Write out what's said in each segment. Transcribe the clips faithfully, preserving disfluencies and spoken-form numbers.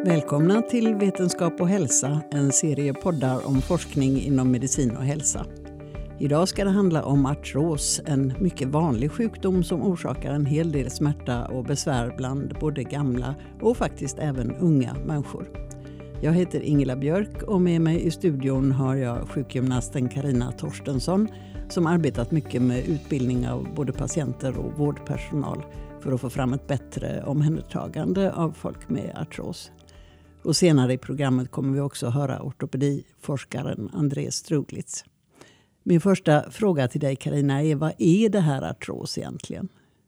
Välkomna till Vetenskap och hälsa, en serie poddar om forskning inom medicin och hälsa. Idag ska det handla om artros, en mycket vanlig sjukdom som orsakar en hel del smärta och besvär bland både gamla och faktiskt även unga människor. Jag heter Ingela Björk och med mig i studion har jag sjukgymnasten Carina Torstensson som arbetat mycket med utbildning av både patienter och vårdpersonal för att få fram ett bättre omhändertagande av folk med artros. Och senare i programmet kommer vi också höra ortopediforskaren André Struglitz. Min första fråga till dig Carina är, vad är det här artros egentligen?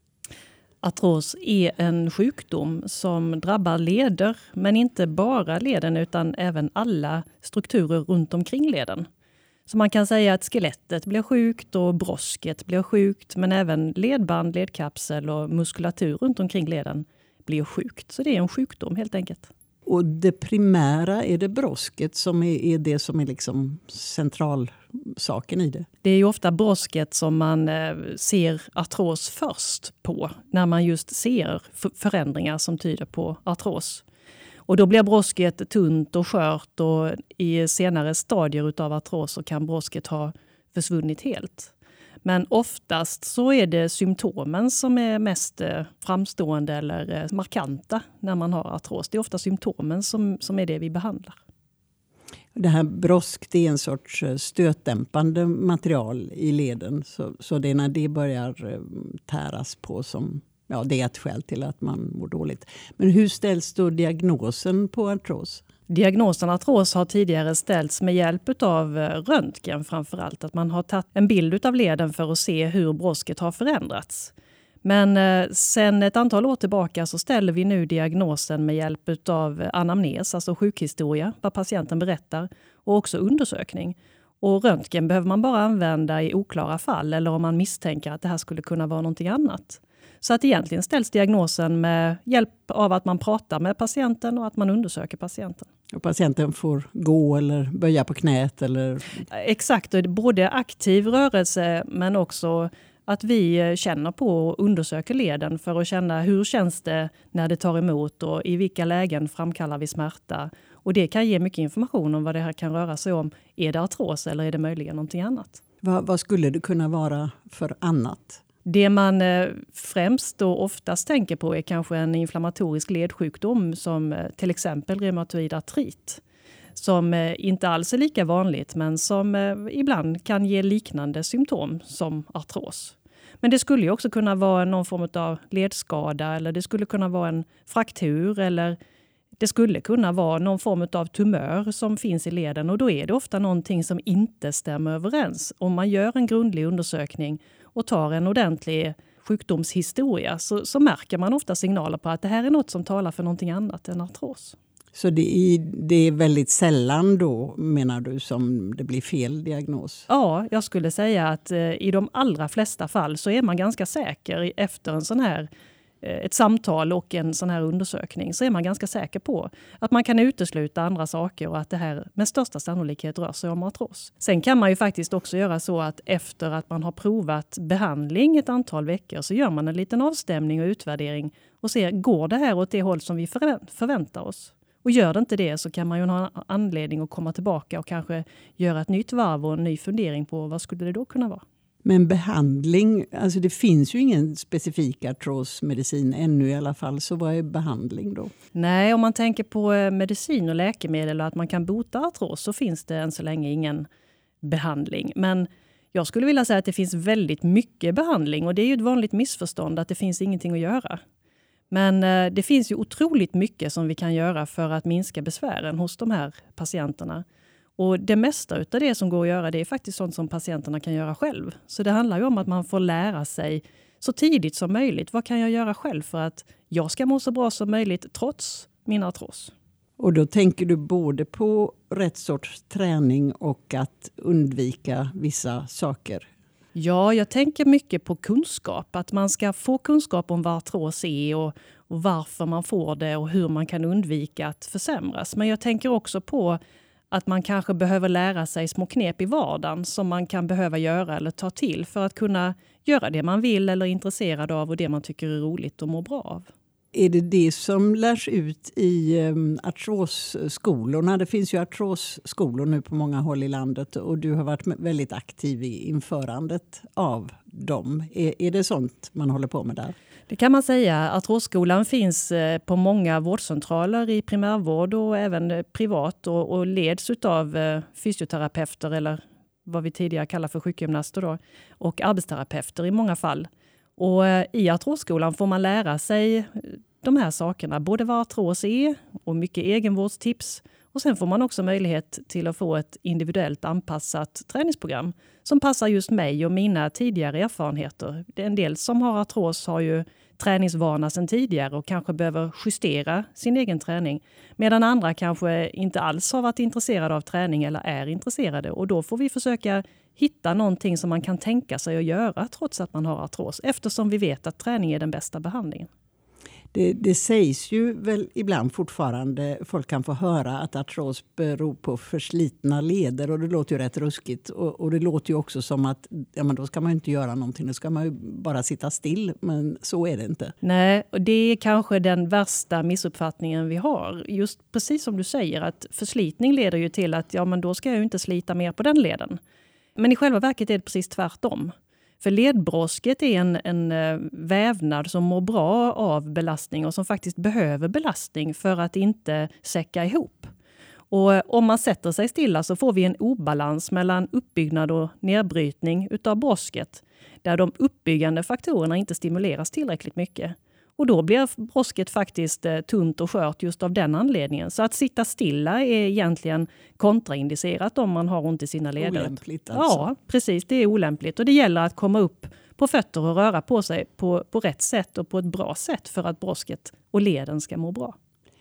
Artros är en sjukdom som drabbar leder, men inte bara leden utan även alla strukturer runt omkring leden. Så man kan säga att skelettet blir sjukt och brosket blir sjukt, men även ledband, ledkapsel och muskulatur runt omkring leden blir sjukt. Så det är en sjukdom helt enkelt. Och det primära, är det brosket som är, är det som är liksom centralsaken i det? Det är ju ofta brosket som man eh, ser artros först på när man just ser f- förändringar som tyder på artros. Och då blir brosket tunt och skört och i senare stadier utav artros så kan brosket ha försvunnit helt. Men oftast så är det symptomen som är mest framstående eller markanta när man har artros. Det är ofta symptomen som, som är det vi behandlar. Det här brosk, det är en sorts stötdämpande material i leden. Så, så det är när det börjar täras på som ja, det är ett skäl till att man mår dåligt. Men hur ställs då diagnosen på artros? Diagnosen artros har tidigare ställts med hjälp av röntgen framförallt. Att man har tagit en bild av leden för att se hur brosket har förändrats. Men eh, sen ett antal år tillbaka så ställer vi nu diagnosen med hjälp av anamnes, alltså sjukhistoria, vad patienten berättar, och också undersökning. Och röntgen behöver man bara använda i oklara fall eller om man misstänker att det här skulle kunna vara någonting annat. Så att egentligen ställs diagnosen med hjälp av att man pratar med patienten och att man undersöker patienten. Och patienten får gå eller böja på knät? Eller... Exakt, och både aktiv rörelse men också att vi känner på och undersöker leden för att känna hur känns det när det tar emot och i vilka lägen framkallar vi smärta. Och det kan ge mycket information om vad det här kan röra sig om. Är det artros eller är det möjligen någonting annat? Vad, vad skulle det kunna vara för annat? Det man främst och oftast tänker på är kanske en inflammatorisk ledsjukdom som till exempel reumatoid artrit. Som inte alls är lika vanligt men som ibland kan ge liknande symptom som artros. Men det skulle ju också kunna vara någon form av ledskada eller det skulle kunna vara en fraktur eller det skulle kunna vara någon form av tumör som finns i leden och då är det ofta någonting som inte stämmer överens. Om man gör en grundlig undersökning och tar en ordentlig sjukdomshistoria så, så märker man ofta signaler på att det här är något som talar för någonting annat än artros. Så det är, det är väldigt sällan då, menar du, som det blir fel diagnos? Ja, jag skulle säga att eh, i de allra flesta fall så är man ganska säker efter en sån här ett samtal och en sån här undersökning så är man ganska säker på att man kan utesluta andra saker och att det här med största sannolikhet rör sig om artros. Sen kan man ju faktiskt också göra så att efter att man har provat behandling ett antal veckor så gör man en liten avstämning och utvärdering och ser, går det här åt det håll som vi förväntar oss? Och gör det inte det så kan man ju ha anledning att komma tillbaka och kanske göra ett nytt varv och en ny fundering på vad skulle det då kunna vara. Men behandling, alltså det finns ju ingen specifik artrosmedicin ännu i alla fall, så vad är behandling då? Nej, om man tänker på medicin och läkemedel och att man kan bota artros så finns det än så länge ingen behandling. Men jag skulle vilja säga att det finns väldigt mycket behandling och det är ju ett vanligt missförstånd att det finns ingenting att göra. Men det finns ju otroligt mycket som vi kan göra för att minska besvären hos de här patienterna. Och det mesta av det som går att göra det är faktiskt sånt som patienterna kan göra själv. Så det handlar ju om att man får lära sig så tidigt som möjligt. Vad kan jag göra själv för att jag ska må så bra som möjligt trots min artros? Och då tänker du både på rätt sorts träning och att undvika vissa saker? Ja, jag tänker mycket på kunskap. Att man ska få kunskap om vad artros är och, och varför man får det och hur man kan undvika att försämras. Men jag tänker också på att man kanske behöver lära sig små knep i vardagen som man kan behöva göra eller ta till för att kunna göra det man vill eller är intresserad av och det man tycker är roligt och mår bra av. Är det det som lärs ut i um, artrosskolorna? Det finns ju artrosskolor nu på många håll i landet och du har varit väldigt aktiv i införandet av dem. Är, är det sånt man håller på med där? Det kan man säga. Artrosskolan finns på många vårdcentraler i primärvård och även privat och, och leds av fysioterapeuter eller vad vi tidigare kallar för sjukgymnaster då, och arbetsterapeuter i många fall. Och i artrosskolan får man lära sig de här sakerna, både vad artros är och mycket egenvårdstips. Och sen får man också möjlighet till att få ett individuellt anpassat träningsprogram som passar just mig och mina tidigare erfarenheter. En del som har artros har ju träningsvana sedan tidigare och kanske behöver justera sin egen träning. Medan andra kanske inte alls har varit intresserade av träning eller är intresserade. Och då får vi försöka hitta någonting som man kan tänka sig att göra trots att man har artros. Eftersom vi vet att träning är den bästa behandlingen. Det, det sägs ju väl ibland fortfarande, folk kan få höra att artros beror på förslitna leder och det låter ju rätt ruskigt. Och, och det låter ju också som att ja, men då ska man ju inte göra någonting, då ska man ju bara sitta still, men så är det inte. Nej, och det är kanske den värsta missuppfattningen vi har. Just precis som du säger att förslitning leder ju till att ja, men då ska jag ju inte slita mer på den leden. Men i själva verket är det precis tvärtom. För ledbrosket är en, en vävnad som mår bra av belastning och som faktiskt behöver belastning för att inte säcka ihop. Och om man sätter sig stilla så får vi en obalans mellan uppbyggnad och nedbrytning utav brosket. Där de uppbyggande faktorerna inte stimuleras tillräckligt mycket. Och då blir brosket faktiskt eh, tunt och skört just av den anledningen. Så att sitta stilla är egentligen kontraindicerat om man har ont i sina leder. Olämpligt alltså. Ja, precis. Det är olämpligt. Och det gäller att komma upp på fötter och röra på sig på, på rätt sätt och på ett bra sätt för att brosket och leden ska må bra.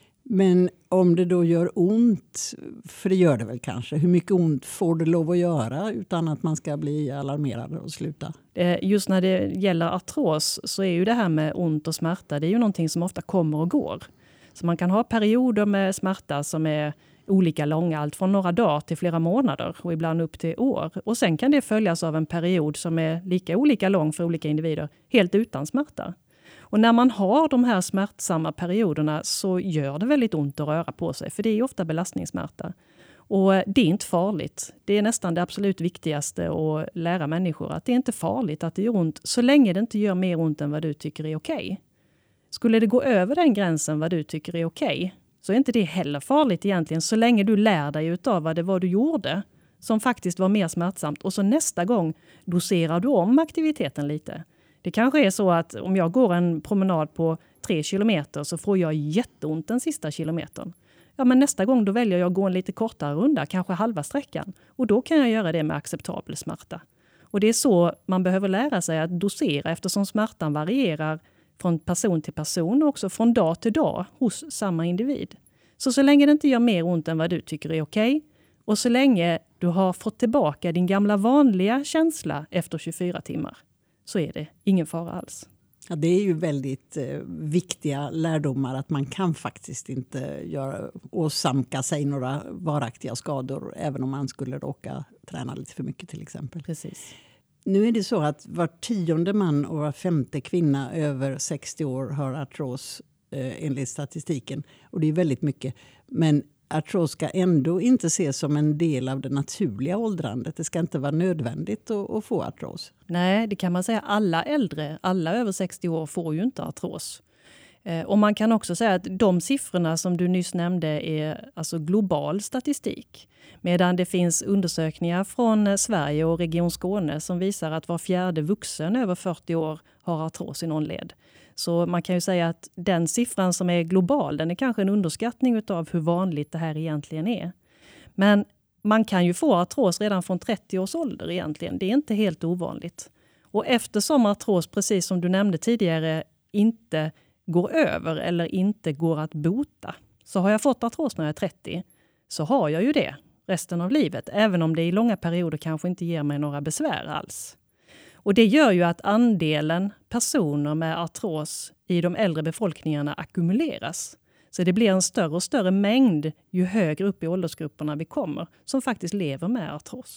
Men om det då gör ont, för det gör det väl kanske, hur mycket ont får det lov att göra utan att man ska bli alarmerad och sluta? Just när det gäller artros så är ju det här med ont och smärta, det är ju någonting som ofta kommer och går. Så man kan ha perioder med smärta som är olika långa, allt från några dagar till flera månader och ibland upp till år. Och sen kan det följas av en period som är lika olika lång för olika individer, helt utan smärta. Och när man har de här smärtsamma perioderna så gör det väldigt ont att röra på sig. För det är ofta belastningssmärta. Och det är inte farligt. Det är nästan det absolut viktigaste att lära människor. Att det är inte farligt att det gör ont så länge det inte gör mer ont än vad du tycker är okej. Skulle det gå över den gränsen vad du tycker är okej så är inte det heller farligt egentligen. Så länge du lär dig utav vad det var du gjorde som faktiskt var mer smärtsamt. Och så nästa gång doserar du om aktiviteten lite. Det kanske är så att om jag går en promenad på tre kilometer så får jag jätteont den sista kilometern. Ja, men nästa gång då väljer jag att gå en lite kortare runda, kanske halva sträckan. Och då kan jag göra det med acceptabel smärta. Och det är så man behöver lära sig att dosera eftersom smärtan varierar från person till person och också från dag till dag hos samma individ. Så så länge det inte gör mer ont än vad du tycker är okej och så länge du har fått tillbaka din gamla vanliga känsla efter tjugofyra timmar. Så är det ingen fara alls. Ja, det är ju väldigt eh, viktiga lärdomar att man kan faktiskt inte göra, åsamka sig några varaktiga skador även om man skulle råka träna lite för mycket till exempel. Precis. Nu är det så att var tionde man och var femte kvinna över sextio år har artros eh, enligt statistiken. Och det är väldigt mycket. Men artros ska ändå inte ses som en del av det naturliga åldrandet. Det ska inte vara nödvändigt att, att få artros. Nej, det kan man säga. Alla äldre, alla över sextio år får ju inte artros. Eh, och man kan också säga att de siffrorna som du nyss nämnde är alltså global statistik. Medan det finns undersökningar från Sverige och Region Skåne som visar att var fjärde vuxen över fyrtio år har artros i någon led. Så man kan ju säga att den siffran som är global, den är kanske en underskattning av hur vanligt det här egentligen är. Men man kan ju få artros redan från trettio års ålder egentligen. Det är inte helt ovanligt. Och eftersom artros, precis som du nämnde tidigare, inte går över eller inte går att bota. Så har jag fått artros när jag är trettio så har jag ju det resten av livet. Även om det i långa perioder kanske inte ger mig några besvär alls. Och det gör ju att andelen personer med artros i de äldre befolkningarna ackumuleras. Så det blir en större och större mängd ju högre upp i åldersgrupperna vi kommer som faktiskt lever med artros.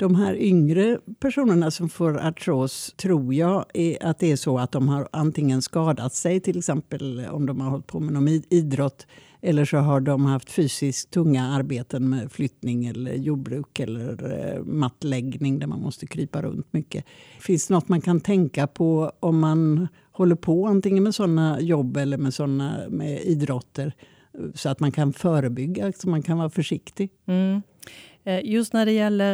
De här yngre personerna som får artros tror jag är att det är så att de har antingen skadat sig, till exempel om de har hållit på med någon idrott, eller så har de haft fysiskt tunga arbeten med flyttning eller jordbruk eller mattläggning där man måste krypa runt mycket. Finns det något man kan tänka på om man håller på antingen med sådana jobb eller med sådana med idrotter, så att man kan förebygga, så man kan vara försiktig? Mm. Just när det gäller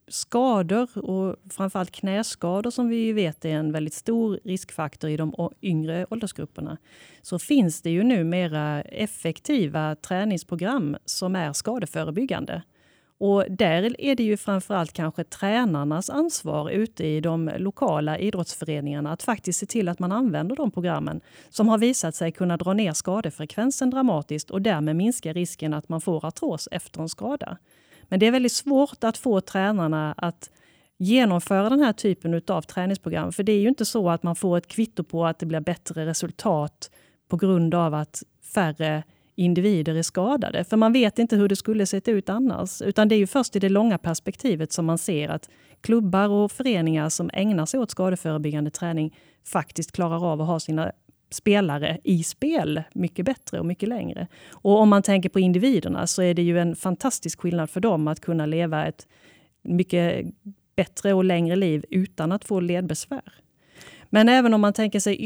skador och framförallt knäskador som vi vet är en väldigt stor riskfaktor i de yngre åldersgrupperna, så finns det ju nu mera effektiva träningsprogram som är skadeförebyggande. Och där är det ju framförallt kanske tränarnas ansvar ute i de lokala idrottsföreningarna att faktiskt se till att man använder de programmen som har visat sig kunna dra ner skadefrekvensen dramatiskt och därmed minska risken att man får artros efter en skada. Men det är väldigt svårt att få tränarna att genomföra den här typen av träningsprogram. För det är ju inte så att man får ett kvitto på att det blir bättre resultat på grund av att färre individer är skadade. För man vet inte hur det skulle sett ut annars. Utan det är ju först i det långa perspektivet som man ser att klubbar och föreningar som ägnar sig åt skadeförebyggande träning faktiskt klarar av att ha sina spelare i spel mycket bättre och mycket längre. Och om man tänker på individerna så är det ju en fantastisk skillnad för dem att kunna leva ett mycket bättre och längre liv utan att få ledbesvär. Men även om man tänker sig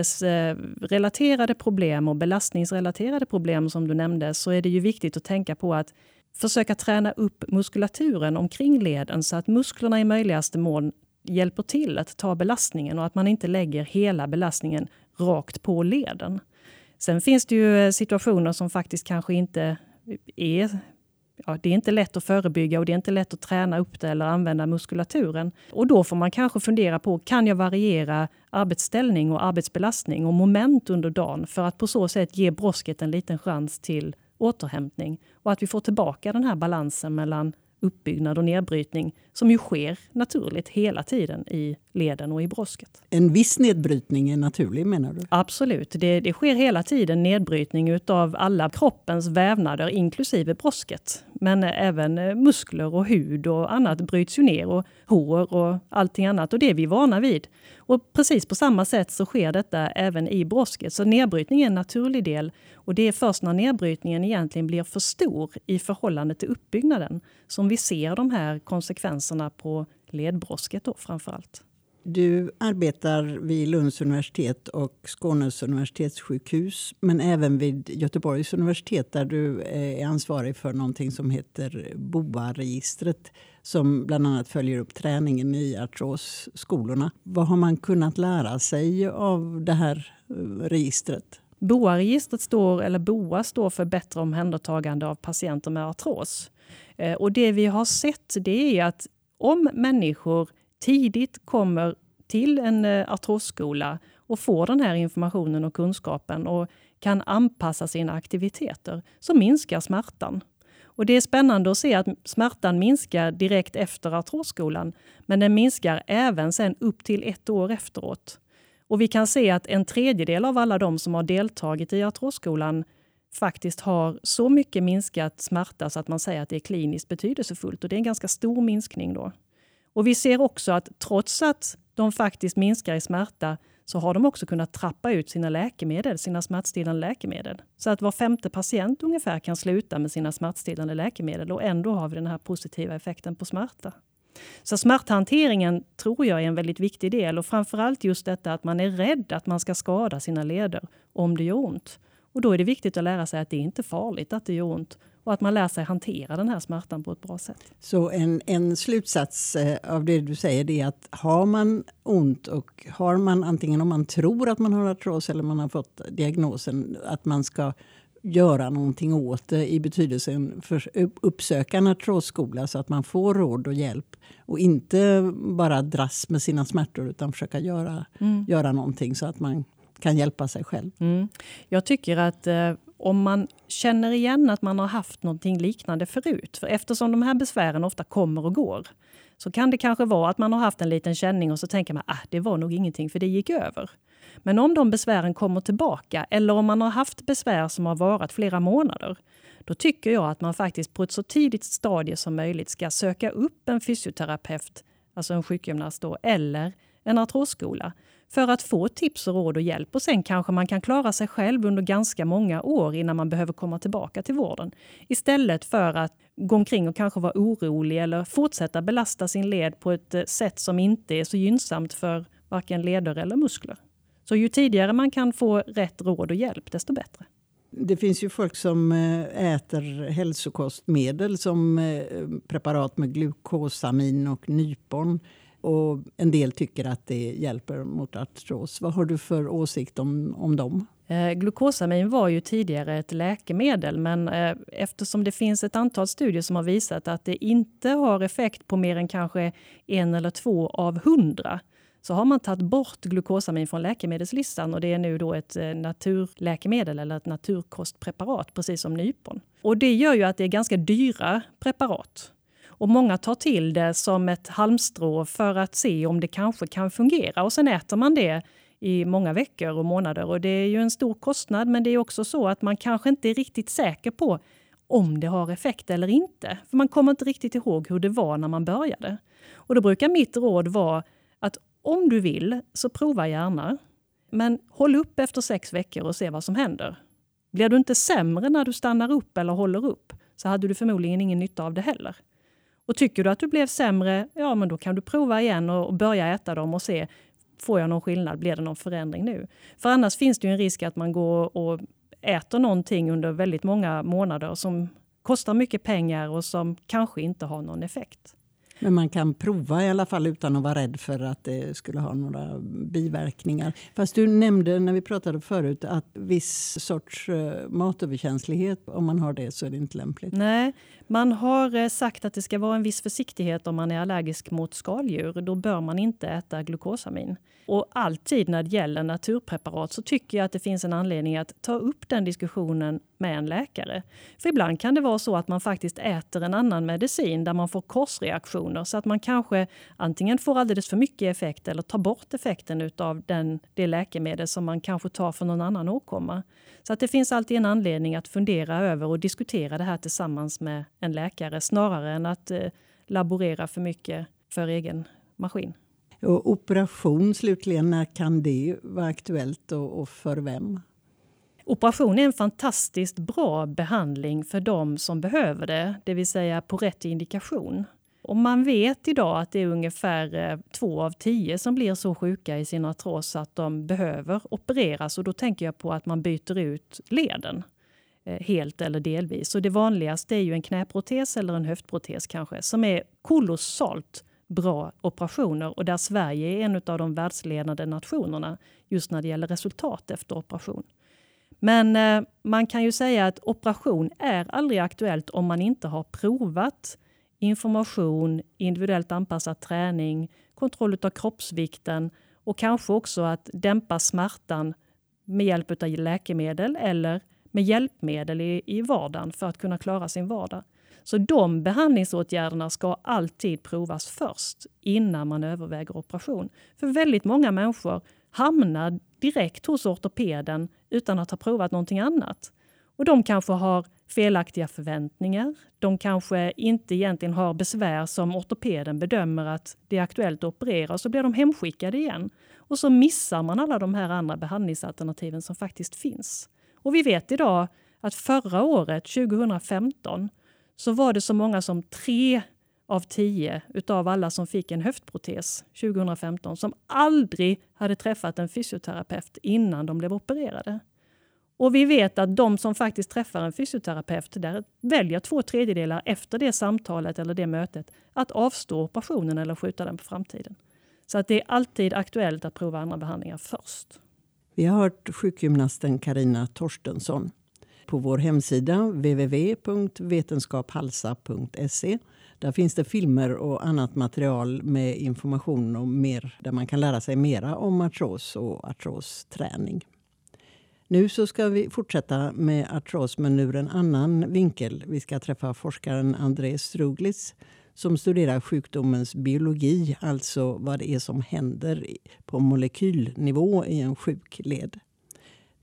yrkesrelaterade problem och belastningsrelaterade problem som du nämnde, så är det ju viktigt att tänka på att försöka träna upp muskulaturen omkring leden så att musklerna i möjligaste mån hjälper till att ta belastningen och att man inte lägger hela belastningen rakt på leden. Sen finns det ju situationer som faktiskt kanske inte är, ja, det är inte lätt att förebygga och det är inte lätt att träna upp det eller använda muskulaturen. Och då får man kanske fundera på, kan jag variera arbetsställning och arbetsbelastning och moment under dagen för att på så sätt ge brosket en liten chans till återhämtning och att vi får tillbaka den här balansen mellan uppbyggnad och nedbrytning som ju sker naturligt hela tiden i leden och i brosket. En viss nedbrytning är naturlig, menar du? Absolut. Det, det sker hela tiden nedbrytning utav alla kroppens vävnader inklusive brosket. Men även muskler och hud och annat bryts ju ner och hår och allting annat. Och det är vi vana vid. Och precis på samma sätt så sker detta även i brosket. Så nedbrytning är en naturlig del. Och det är först när nedbrytningen egentligen blir för stor i förhållande till uppbyggnaden som vi ser de här konsekvenserna på ledbrosket då framförallt. Du arbetar vid Lunds universitet och Skånes universitetssjukhus, men även vid Göteborgs universitet där du är ansvarig för någonting som heter B O A-registret som bland annat följer upp träningen i artrosskolorna. Vad har man kunnat lära sig av det här registret? B O A-registret står, eller B O A står för bättre omhändertagande av patienter med artros. Och det vi har sett, det är att om människor tidigt kommer till en artrosskola och får den här informationen och kunskapen och kan anpassa sina aktiviteter, så minskar smärtan. Och det är spännande att se att smärtan minskar direkt efter artrosskolan, men den minskar även sen upp till ett år efteråt. Och vi kan se att en tredjedel av alla de som har deltagit i artrosskolan faktiskt har så mycket minskat smärta så att man säger att det är kliniskt betydelsefullt. Och det är en ganska stor minskning då. Och vi ser också att trots att de faktiskt minskar i smärta så har de också kunnat trappa ut sina läkemedel, sina smärtstillande läkemedel. Så att var femte patient ungefär kan sluta med sina smärtstillande läkemedel och ändå har vi den här positiva effekten på smärta. Så smärthanteringen tror jag är en väldigt viktig del och framförallt just detta att man är rädd att man ska skada sina leder om det gör ont. Och då är det viktigt att lära sig att det är inte farligt att det gör ont och att man lär sig hantera den här smärtan på ett bra sätt. Så en, en slutsats av det du säger är att har man ont och har man antingen om man tror att man har artros eller man har fått diagnosen att man ska göra någonting åt det i betydelsen för uppsöka en artrosskola så att man får råd och hjälp och inte bara dras med sina smärtor utan försöka göra, mm. göra någonting så att man kan hjälpa sig själv. Mm. Jag tycker att eh, om man känner igen att man har haft någonting liknande förut, för eftersom de här besvären ofta kommer och går, så kan det kanske vara att man har haft en liten känning och så tänker man att ah, det var nog ingenting för det gick över. Men om de besvären kommer tillbaka eller om man har haft besvär som har varit flera månader, Då tycker jag att man faktiskt på ett så tidigt stadie som möjligt ska söka upp en fysioterapeut, alltså en sjukgymnast då, eller en artrosskola, för att få tips och råd och hjälp. Och sen kanske man kan klara sig själv under ganska många år innan man behöver komma tillbaka till vården. Istället för att gå omkring och kanske vara orolig eller fortsätta belasta sin led på ett sätt som inte är så gynnsamt för varken leder eller muskler. Så ju tidigare man kan få rätt råd och hjälp, desto bättre. Det finns ju folk som äter hälsokostmedel som preparat med glukosamin och nypon. Och en del tycker att det hjälper mot artros. Vad har du för åsikt om, om dem? Eh, glukosamin var ju tidigare ett läkemedel, men eh, eftersom det finns ett antal studier som har visat att det inte har effekt på mer än kanske en eller två av hundra, så har man tagit bort glukosamin från läkemedelslistan, och det är nu då ett eh, naturläkemedel eller ett naturkostpreparat, precis som nypon. Och det gör ju att det är ganska dyra preparat. Och många tar till det som ett halmstrå för att se om det kanske kan fungera. Och sen äter man det i många veckor och månader. Och det är ju en stor kostnad, men det är också så att man kanske inte är riktigt säker på om det har effekt eller inte. För man kommer inte riktigt ihåg hur det var när man började. Och då brukar mitt råd vara att om du vill så prova gärna. Men håll upp efter sex veckor och se vad som händer. Blir du inte sämre när du stannar upp eller håller upp, så hade du förmodligen ingen nytta av det heller. Och tycker du att du blev sämre, ja men då kan du prova igen och börja äta dem och se, får jag någon skillnad, blir det någon förändring nu? För annars finns det ju en risk att man går och äter någonting under väldigt många månader som kostar mycket pengar och som kanske inte har någon effekt. Men man kan prova i alla fall utan att vara rädd för att det skulle ha några biverkningar. Fast du nämnde när vi pratade förut att viss sorts matöverkänslighet, om man har det så är det inte lämpligt. Nej, man har sagt att det ska vara en viss försiktighet om man är allergisk mot skaldjur. Då bör man inte äta glukosamin. Och alltid när det gäller naturpreparat så tycker jag att det finns en anledning att ta upp den diskussionen med en läkare. För ibland kan det vara så att man faktiskt äter en annan medicin där man får korsreaktioner, så att man kanske antingen får alldeles för mycket effekt eller tar bort effekten av den, det läkemedel som man kanske tar för någon annan åkomma. Så att det finns alltid en anledning att fundera över och diskutera det här tillsammans med en läkare snarare än att eh, laborera för mycket för egen maskin. Och operation slutligen, när kan det vara aktuellt och, och för vem? Operation är en fantastiskt bra behandling för de som behöver det, det vill säga på rätt indikation. Och man vet idag att det är ungefär två av tio som blir så sjuka i sin artros att de behöver opereras. Och då tänker jag på att man byter ut leden helt eller delvis. Och det vanligaste är ju en knäprotes eller en höftprotes kanske, som är kolossalt bra operationer och där Sverige är en av de världsledande nationerna just när det gäller resultat efter operation. Men eh, man kan ju säga att operation är aldrig aktuellt om man inte har provat information, individuellt anpassad träning, kontroll av kroppsvikten och kanske också att dämpa smärtan med hjälp av läkemedel eller med hjälpmedel i, i vardagen för att kunna klara sin vardag. Så de behandlingsåtgärderna ska alltid provas först innan man överväger operation. För väldigt många människor hamnar direkt hos ortopeden utan att ha provat någonting annat. Och de kanske har felaktiga förväntningar. De kanske inte egentligen har besvär som ortopeden bedömer att det är aktuellt att operera. Och så blir de hemskickade igen. Och så missar man alla de här andra behandlingsalternativen som faktiskt finns. Och vi vet idag att förra året, tjugohundrafemton, så var det så många som tre av tio utav alla som fick en höftprotes tjugohundrafemton som aldrig hade träffat en fysioterapeut innan de blev opererade. Och vi vet att de som faktiskt träffar en fysioterapeut där väljer två tredjedelar efter det samtalet eller det mötet att avstå operationen eller skjuta den på framtiden. Så att det är alltid aktuellt att prova andra behandlingar först. Vi har hört sjukgymnasten Carina Torstensson. På vår hemsida w w w punkt vetenskaphalsa punkt se där finns det filmer och annat material med information om mer, där man kan lära sig mera om artros och artrosträning. Nu så ska vi fortsätta med artros, men ur en annan vinkel. Vi ska träffa forskaren André Struglis som studerar sjukdomens biologi, alltså vad det är som händer på molekylnivå i en sjuk led.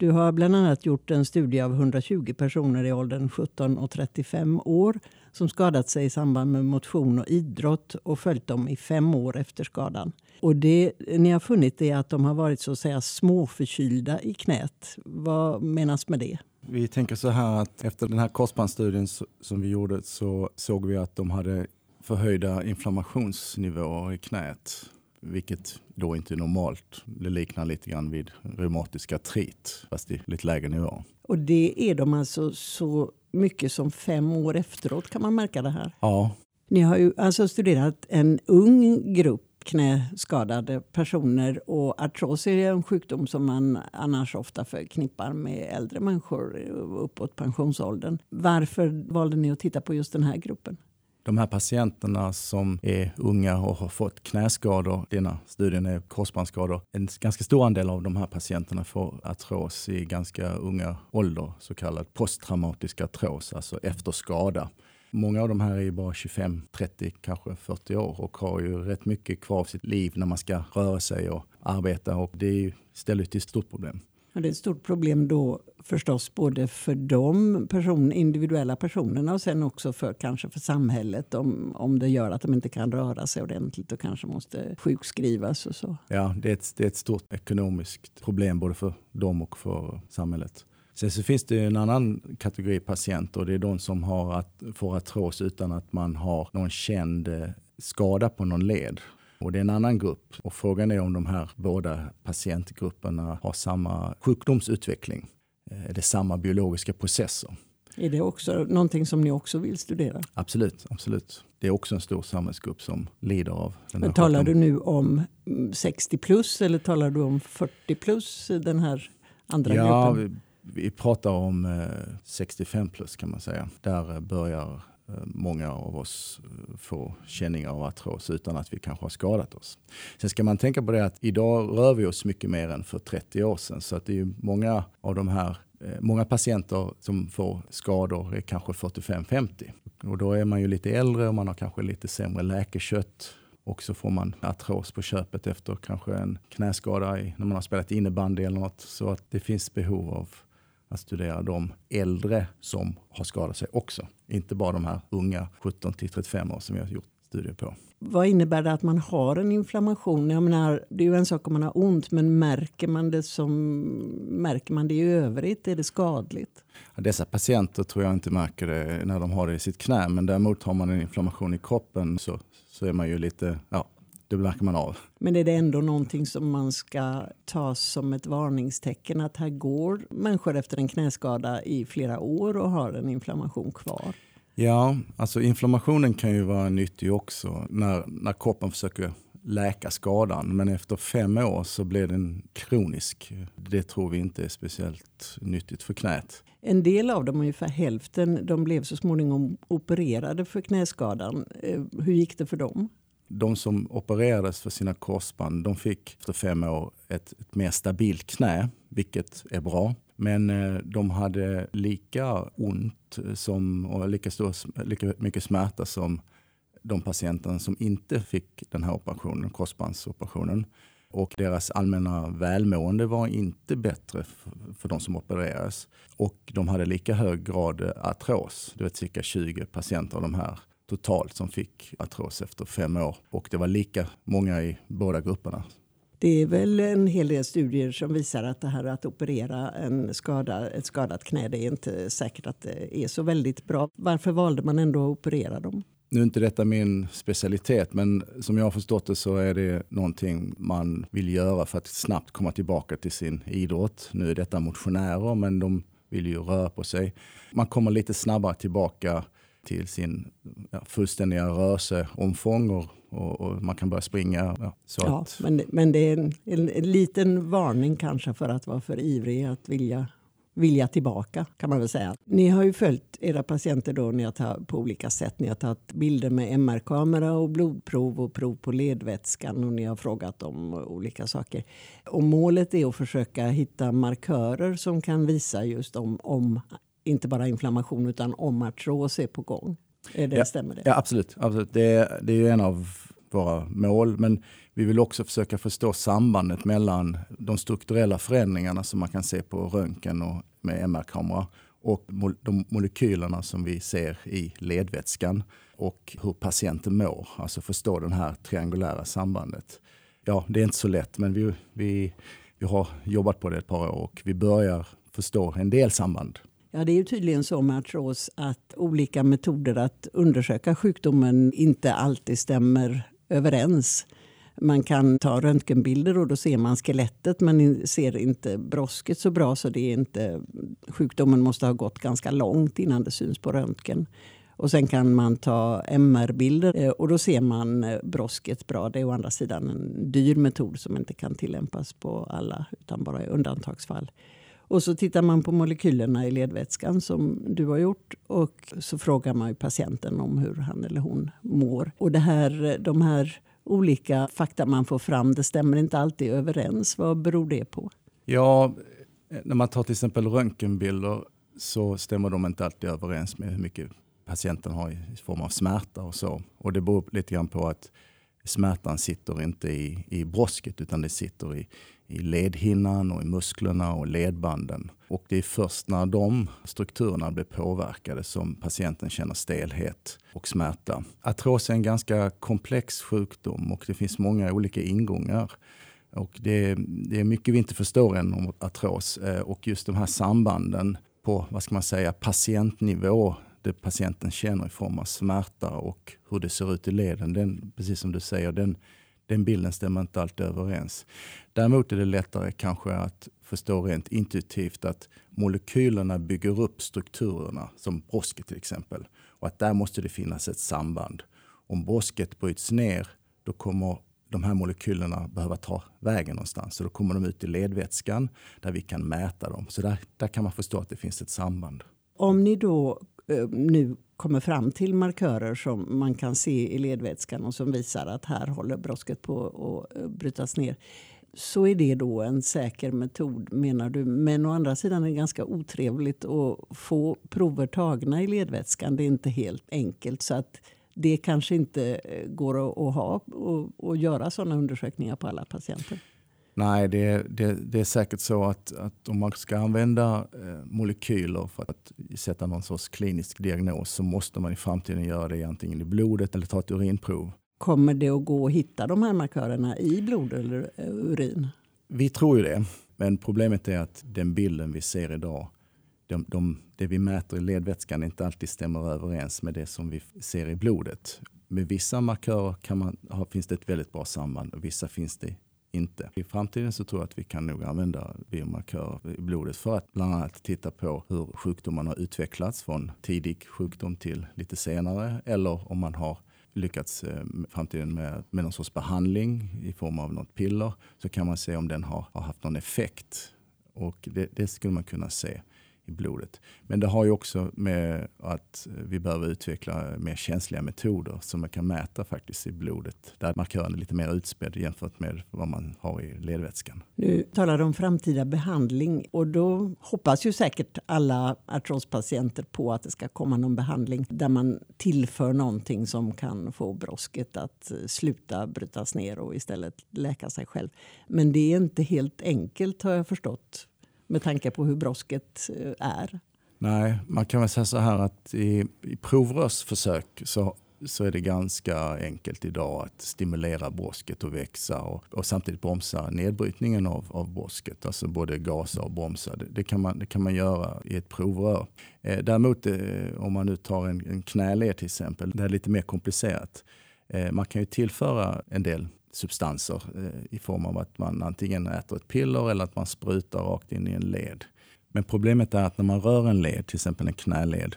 Du har bland annat gjort en studie av hundratjugo personer i åldern sjutton och trettiofem år som skadat sig i samband med motion och idrott och följt dem i fem år efter skadan. Och det ni har funnit är att de har varit så att säga småförkylda i knät. Vad menas med det? Vi tänker så här att efter den här korsbandsstudien som vi gjorde så såg vi att de hade förhöjda inflammationsnivåer i knät. Vilket då inte är normalt. Det liknar lite grann vid reumatisk artrit fast i lite lägre nivå. Och det är de alltså så mycket som fem år efteråt, kan man märka det här? Ja. Ni har ju alltså studerat en ung grupp knäskadade personer och artros är en sjukdom som man annars ofta förknippar med äldre människor uppåt pensionsåldern. Varför valde ni att titta på just den här gruppen? De här patienterna som är unga och har fått knäskador, denna studien är korsbandsskador. En ganska stor andel av de här patienterna får artros i ganska unga ålder, så kallad posttraumatisk artros, alltså efter skada. Många av de här är ju bara tjugofem, trettio, kanske fyrtio år och har ju rätt mycket kvar av sitt liv när man ska röra sig och arbeta, och det är ju ställer till ett stort problem. Och det är ett stort problem då förstås både för de person, individuella personerna och sen också för kanske för samhället om, om det gör att de inte kan röra sig ordentligt och kanske måste sjukskrivas och så. Ja, det är ett, det är ett stort ekonomiskt problem både för dem och för samhället. Sen så finns det en annan kategori patienter, och det är de som har att, får artros utan att man har någon känd skada på någon led. Och det är en annan grupp, och frågan är om de här båda patientgrupperna har samma sjukdomsutveckling. Är det samma biologiska processer? Är det också någonting som ni också vill studera? Absolut, absolut. Det är också en stor samhällsgrupp som lider av den här Men talar sjukdomen. du nu om sextio plus eller talar du om fyrtio plus, den här andra ja, gruppen? Vi, vi pratar om eh, sextiofem plus kan man säga. Där börjar många av oss får känningar av artros utan att vi kanske har skadat oss. Sen ska man tänka på det att idag rör vi oss mycket mer än för trettio år sedan. Så att det är ju många av de här, många patienter som får skador är kanske fyrtiofem femtio. Och då är man ju lite äldre och man har kanske lite sämre läkekött. Och så får man artros på köpet efter kanske en knäskada i, när man har spelat innebandy eller något. Så att det finns behov av att studera de äldre som har skadat sig också. Inte bara de här unga sjutton till trettiofem år som vi har gjort studier på. Vad innebär det att man har en inflammation? Jag menar, det är ju en sak om man har ont, men märker man det som märker man det i övrigt? Är det skadligt? Ja, dessa patienter tror jag inte märker det när de har det i sitt knä. Men däremot har man en inflammation i kroppen så, så är man ju lite... Ja, det märker man av. Men är det ändå någonting som man ska ta som ett varningstecken att här går människor efter en knäskada i flera år och har en inflammation kvar? Ja, alltså inflammationen kan ju vara nyttig också när, när kroppen försöker läka skadan. Men efter fem år så blir den kronisk. Det tror vi inte är speciellt nyttigt för knät. En del av dem, ungefär hälften, de blev så småningom opererade för knäskadan. Hur gick det för dem? De som opererades för sina korsband, de fick efter fem år ett, ett mer stabilt knä, vilket är bra. Men eh, de hade lika ont som, och lika, stor, lika mycket smärta som de patienter som inte fick den här operationen, korsbandsoperationen. Och deras allmänna välmående var inte bättre för, för de som opererades. Och de hade lika hög grad artros, det var cirka tjugo patienter av de här totalt som fick artros efter fem år. Och det var lika många i båda grupperna. Det är väl en hel del studier som visar att det här att operera en skada, ett skadat knä, det är inte säkert att det är så väldigt bra. Varför valde man ändå att operera dem? Nu är inte detta min specialitet, men som jag har förstått det så är det någonting man vill göra för att snabbt komma tillbaka till sin idrott. Nu är detta motionärer, men de vill ju röra på sig. Man kommer lite snabbare tillbaka till sin ja, fullständiga rörelseomfång och, och, och man kan börja springa. Ja, så ja, att... men, men det är en, en, en liten varning kanske för att vara för ivrig att vilja, vilja tillbaka, kan man väl säga. Ni har ju följt era patienter då ni har tagit på olika sätt. Ni har tagit bilder med M R-kamera och blodprov och prov på ledvätskan och ni har frågat om olika saker. Och målet är att försöka hitta markörer som kan visa just om, om inte bara inflammation utan om artros är på gång. Är det, ja, stämmer det? Ja, absolut. absolut. Det, det är ju en av våra mål. Men vi vill också försöka förstå sambandet mellan de strukturella förändringarna som man kan se på röntgen och med M R-kamera och de molekylerna som vi ser i ledvätskan och hur patienten mår. Alltså förstå det här triangulära sambandet. Ja, det är inte så lätt, men vi, vi, vi har jobbat på det ett par år och vi börjar förstå en del samband. Ja, det är ju tydligen så med artros att olika metoder att undersöka sjukdomen inte alltid stämmer överens. Man kan ta röntgenbilder och då ser man skelettet men ser inte brosket så bra, så det är inte, sjukdomen måste ha gått ganska långt innan det syns på röntgen. Och sen kan man ta M R-bilder och då ser man brosket bra. Det är å andra sidan en dyr metod som inte kan tillämpas på alla utan bara i undantagsfall. Och så tittar man på molekylerna i ledvätskan som du har gjort och så frågar man ju patienten om hur han eller hon mår. Och det här, de här olika fakta man får fram, det stämmer inte alltid överens. Vad beror det på? Ja, när man tar till exempel röntgenbilder så stämmer de inte alltid överens med hur mycket patienten har i form av smärta och så. Och det beror lite grann på att smärtan sitter inte i, i brosket utan det sitter i, i ledhinnan och i musklerna och ledbanden. Och det är först när de strukturerna blir påverkade som patienten känner stelhet och smärta. Artros är en ganska komplex sjukdom och det finns många olika ingångar. Och det, det är mycket vi inte förstår än om artros och just de här sambanden på, vad ska man säga, patientnivå, det patienten känner i form av smärta och hur det ser ut i leden. Den, precis som du säger, den, den bilden stämmer inte alltid överens. Däremot är det lättare kanske att förstå rent intuitivt att molekylerna bygger upp strukturerna, som brosket till exempel. Och att där måste det finnas ett samband. Om brosket bryts ner, då kommer de här molekylerna behöva ta vägen någonstans. Så då kommer de ut i ledvätskan där vi kan mäta dem. Så där, där kan man förstå att det finns ett samband. Om ni då nu kommer fram till markörer som man kan se i ledvätskan och som visar att här håller brosket på att brytas ner, så är det då en säker metod, menar du? Men å andra sidan är det ganska otrevligt att få prover tagna i ledvätskan. Det är inte helt enkelt, så att det kanske inte går att ha och, och göra sådana undersökningar på alla patienter. Nej, det, det, det är säkert så att, att om man ska använda eh, molekyler för att sätta någon sorts klinisk diagnos så måste man i framtiden göra det antingen i blodet eller ta ett urinprov. Kommer det att gå att hitta de här markörerna i blod eller urin? Vi tror ju det, men problemet är att den bilden vi ser idag, de, de, det vi mäter i ledvätskan inte alltid stämmer överens med det som vi ser i blodet. Med vissa markörer kan man, ha, finns det ett väldigt bra samband och vissa finns det inte. I framtiden så tror jag att vi kan nog använda biomarkörer i blodet för att bland annat titta på hur sjukdomen har utvecklats från tidig sjukdom till lite senare, eller om man har lyckats eh, framtiden med, med någon sorts behandling i form av något piller, så kan man se om den har, har haft någon effekt. Och det, det skulle man kunna se i blodet. Men det har ju också med att vi behöver utveckla mer känsliga metoder som man kan mäta faktiskt i blodet. Där markören är lite mer utspädd jämfört med vad man har i ledvätskan. Nu talar du om framtida behandling och då hoppas ju säkert alla artrospatienter på att det ska komma någon behandling där man tillför någonting som kan få brosket att sluta brytas ner och istället läka sig själv. Men det är inte helt enkelt, har jag förstått, med tanke på hur brosket är. Nej, man kan väl säga så här att i, i provrörsförsök så, så är det ganska enkelt idag att stimulera brosket att växa och, och samtidigt bromsa nedbrytningen av, av brosket. Alltså både gasa och bromsa. Det, det, kan man, det kan man göra i ett provrör. Eh, däremot eh, om man nu tar en, en knäled till exempel, det är lite mer komplicerat. Eh, man kan ju tillföra en del substanser eh, i form av att man antingen äter ett piller eller att man sprutar rakt in i en led. Men problemet är att när man rör en led, till exempel en knäled,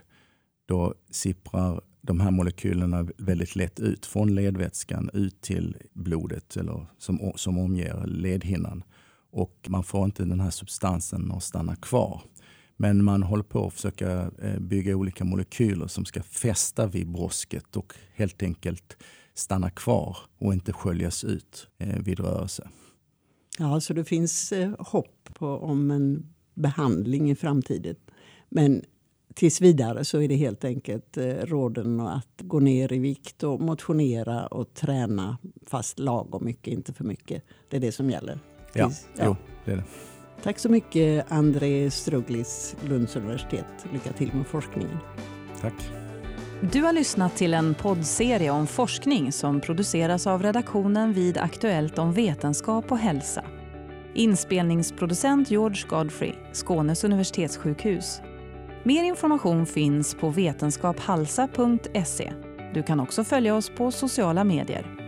då sipprar de här molekylerna väldigt lätt ut från ledvätskan ut till blodet eller som, som omger ledhinnan. Och man får inte den här substansen att stanna kvar. Men man håller på att försöka bygga olika molekyler som ska fästa vid brosket och helt enkelt stanna kvar och inte sköljas ut eh, vid rörelse. Ja, så det finns eh, hopp på, om en behandling i framtiden. Men tills vidare så är det helt enkelt eh, råden att gå ner i vikt och motionera och träna fast lagom mycket, inte för mycket. Det är det som gäller. Ja, Tills, ja. Jo, det är det. Tack så mycket André Struglis, Lunds universitet. Lycka till med forskningen. Tack. Du har lyssnat till en poddserie om forskning som produceras av redaktionen vid Aktuellt om vetenskap och hälsa. Inspelningsproducent George Godfrey, Skånes universitetssjukhus. Mer information finns på vetenskaphalsa punkt se. Du kan också följa oss på sociala medier.